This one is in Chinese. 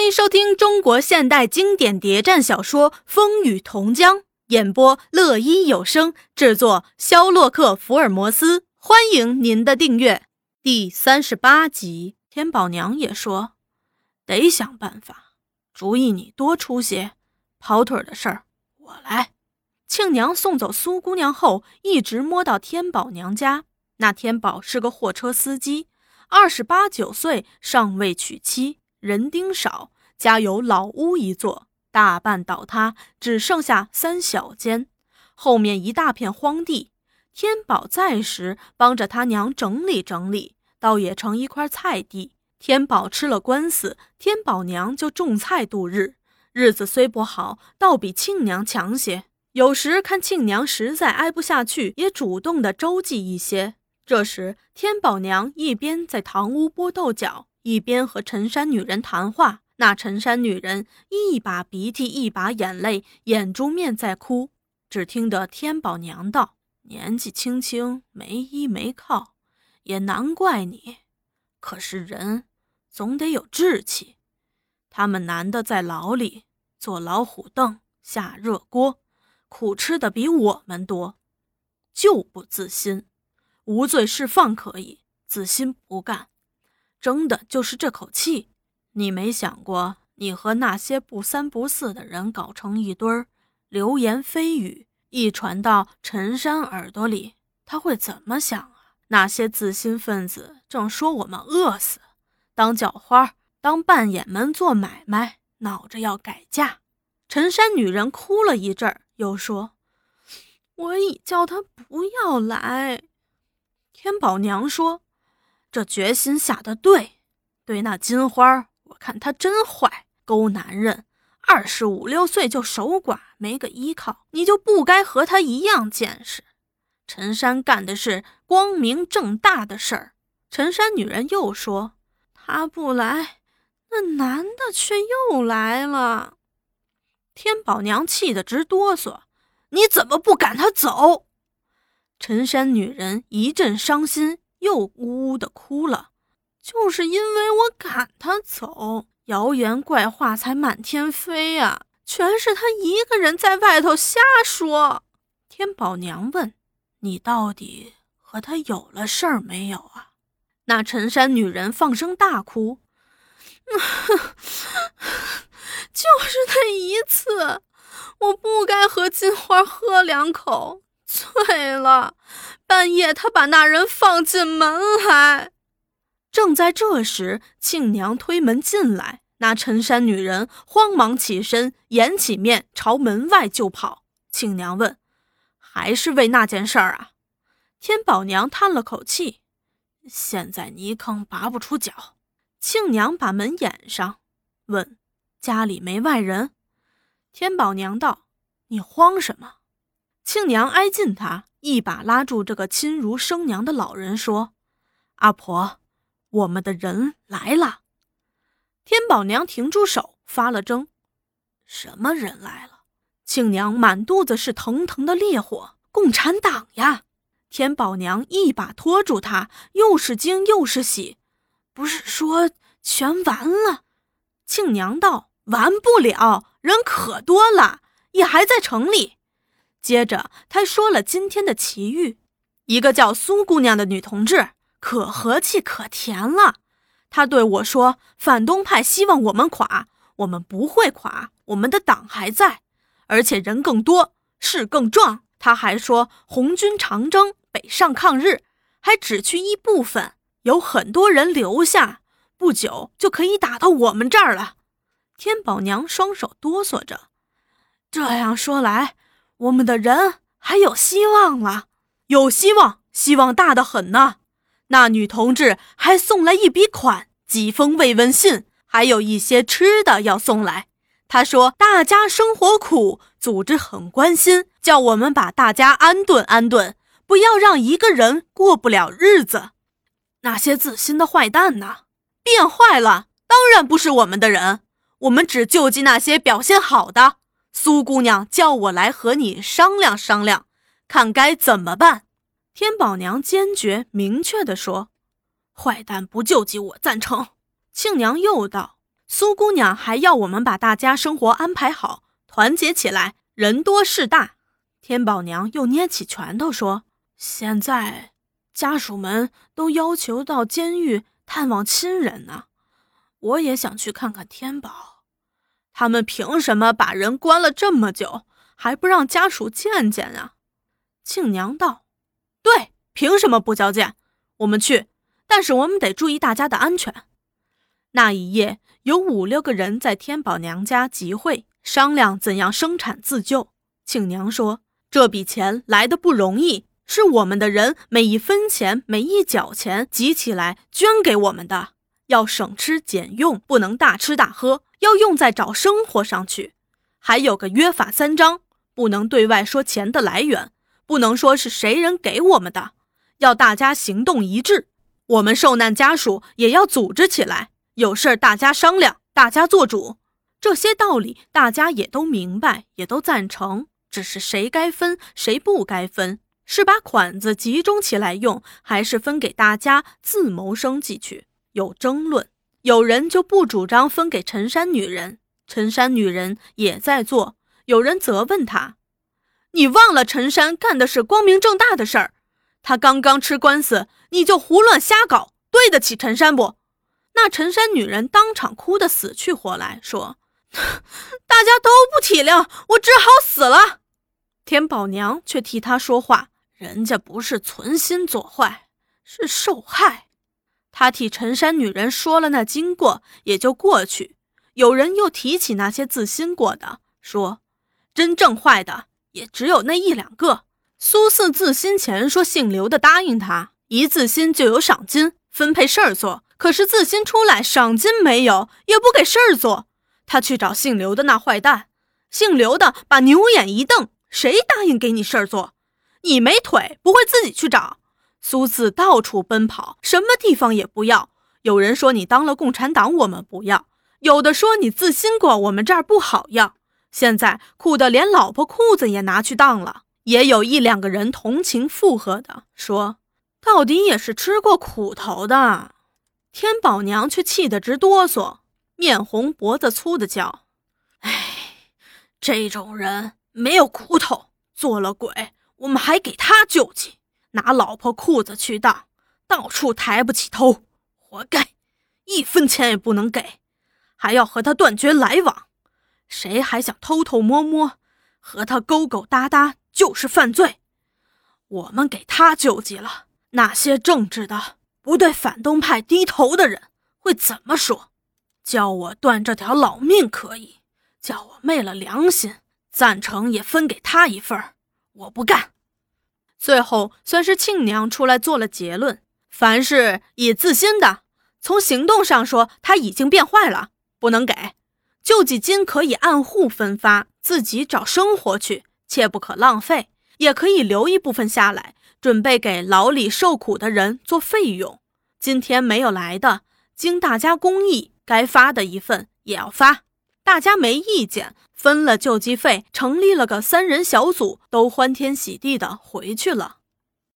欢迎收听中国现代经典谍战小说《风雨同江》，演播乐一有声，制作肖洛克福尔摩斯。欢迎您的订阅。第38集，天宝娘也说，得想办法，主意你多出些，跑腿的事儿我来。庆娘送走苏姑娘后，一直摸到天宝娘家。那天宝是个货车司机，28、9岁，尚未娶妻，人丁少，家有老屋一座，大半倒塌，只剩下3小间，后面一大片荒地。天宝在时帮着他娘整理整理，倒也成一块菜地。天宝吃了官司，天宝娘就种菜度日，日子虽不好，倒比庆娘强些。有时看庆娘实在挨不下去，也主动的周济一些。这时天宝娘一边在堂屋剥豆角，一边和陈山女人谈话。那陈山女人一把鼻涕一把眼泪，眼珠面在哭。只听得天宝娘道，年纪轻轻没依没靠，也难怪你，可是人总得有志气。他们男的在牢里坐老虎凳下热锅，苦吃的比我们多，就不自新。无罪释放可以，自新不干，争的就是这口气。你没想过，你和那些不三不四的人搞成一堆儿，流言蜚语一传到陈山耳朵里，他会怎么想啊？那些自新分子正说我们饿死，当叫花，当扮演们做买卖，闹着要改嫁。陈山女人哭了一阵，又说，我已叫他不要来。天宝娘说，这决心下得对，对那金花，我看她真坏，勾男人，25、6岁就守寡，没个依靠，你就不该和她一样见识。陈山干的是光明正大的事儿。陈山女人又说，他不来，那男的却又来了。天宝娘气得直哆嗦，你怎么不赶他走？陈山女人一阵伤心，又呜呜地哭了。就是因为我赶他走，谣言怪话才满天飞啊，全是他一个人在外头瞎说。天宝娘问，你到底和他有了事儿没有啊？那陈山女人放声大哭，就是那一次，我不该和金花喝2口，醉了，半夜他把那人放进门来。正在这时，庆娘推门进来，那陈山女人慌忙起身，掩起面朝门外就跑。庆娘问，还是为那件事儿啊？天宝娘叹了口气，现在泥坑拔不出脚。庆娘把门掩上，问，家里没外人？天宝娘道，你慌什么？庆娘挨近她，一把拉住这个亲如生娘的老人说，阿婆，我们的人来了。天宝娘停住手，发了怔，什么人来了？庆娘满肚子是腾腾的烈火，共产党呀！天宝娘一把拖住她，又是惊又是喜，不是说全完了？庆娘道，完不了，人可多了，也还在城里。接着她说了今天的奇遇，一个叫苏姑娘的女同志，可和气可甜了。她对我说，反动派希望我们垮，我们不会垮，我们的党还在，而且人更多，势更壮。她还说红军长征，北上抗日，还只去一部分，有很多人留下，不久就可以打到我们这儿了。天宝娘双手哆嗦着，这样说来，我们的人还有希望了。有希望，希望大得很呢。那女同志还送来一笔款，几封慰问信，还有一些吃的要送来。她说大家生活苦，组织很关心，叫我们把大家安顿安顿，不要让一个人过不了日子。那些自新的坏蛋呢？变坏了，当然不是我们的人，我们只救济那些表现好的。苏姑娘叫我来和你商量商量，看该怎么办。天宝娘坚决明确地说，坏蛋不救济我赞成。庆娘又道， 苏姑娘还要我们把大家生活安排好，团结起来，人多势大。天宝娘又捏起拳头说，现在家属们都要求到监狱探望亲人呢，我也想去看看天宝。他们凭什么把人关了这么久，还不让家属见见啊？庆娘道，对，凭什么不交见？我们去，但是我们得注意大家的安全。那一夜有5、6个人在天宝娘家集会，商量怎样生产自救。庆娘说，这笔钱来得不容易，是我们的人每一分钱每一角钱集起来捐给我们的，要省吃俭用，不能大吃大喝，要用在找生活上去。还有个约法3章，不能对外说钱的来源，不能说是谁人给我们的，要大家行动一致。我们受难家属也要组织起来，有事大家商量，大家做主。这些道理大家也都明白，也都赞成，只是谁该分谁不该分，是把款子集中起来用，还是分给大家自谋生计去，有争论。有人就不主张分给陈山女人，陈山女人也在做，有人责问他，你忘了陈山干的是光明正大的事儿，他刚刚吃官司，你就胡乱瞎搞，对得起陈山不？那陈山女人当场哭得死去活来，说，大家都不体谅，我只好死了。天宝娘却替他说话，人家不是存心做坏，是受害。他替陈山女人说了那经过，也就过去。有人又提起那些自新过的，说真正坏的也只有那1、2个。苏四自新前说姓刘的答应他，一自新就有赏金，分配事儿做，可是自新出来赏金没有，也不给事儿做。他去找姓刘的那坏蛋，姓刘的把牛眼一瞪，谁答应给你事儿做？你没腿不会自己去找。苏四到处奔跑，什么地方也不要。有人说你当了共产党我们不要，有的说你自新过我们这儿不好要，现在哭得连老婆裤子也拿去当了。也有1、2个人同情附和的，说到底也是吃过苦头的。天宝娘却气得直哆嗦，面红脖子粗的叫，这种人没有骨头，做了鬼我们还给他救济，拿老婆裤子去当，到处抬不起头，活该，1分钱也不能给，还要和他断绝来往。谁还想偷偷摸摸和他勾勾搭搭就是犯罪。我们给他救济了，那些正直的不对反动派低头的人会怎么说？叫我断这条老命可以，叫我昧了良心，赞成也分给他1份，我不干。最后算是庆娘出来做了结论，凡是以自新的，从行动上说他已经变坏了，不能给。救济金可以按户分发，自己找生活去，切不可浪费，也可以留一部分下来，准备给牢里受苦的人做费用。今天没有来的，经大家公议，该发的1份也要发。大家没意见，分了救济费，成立了个3人小组，都欢天喜地的回去了。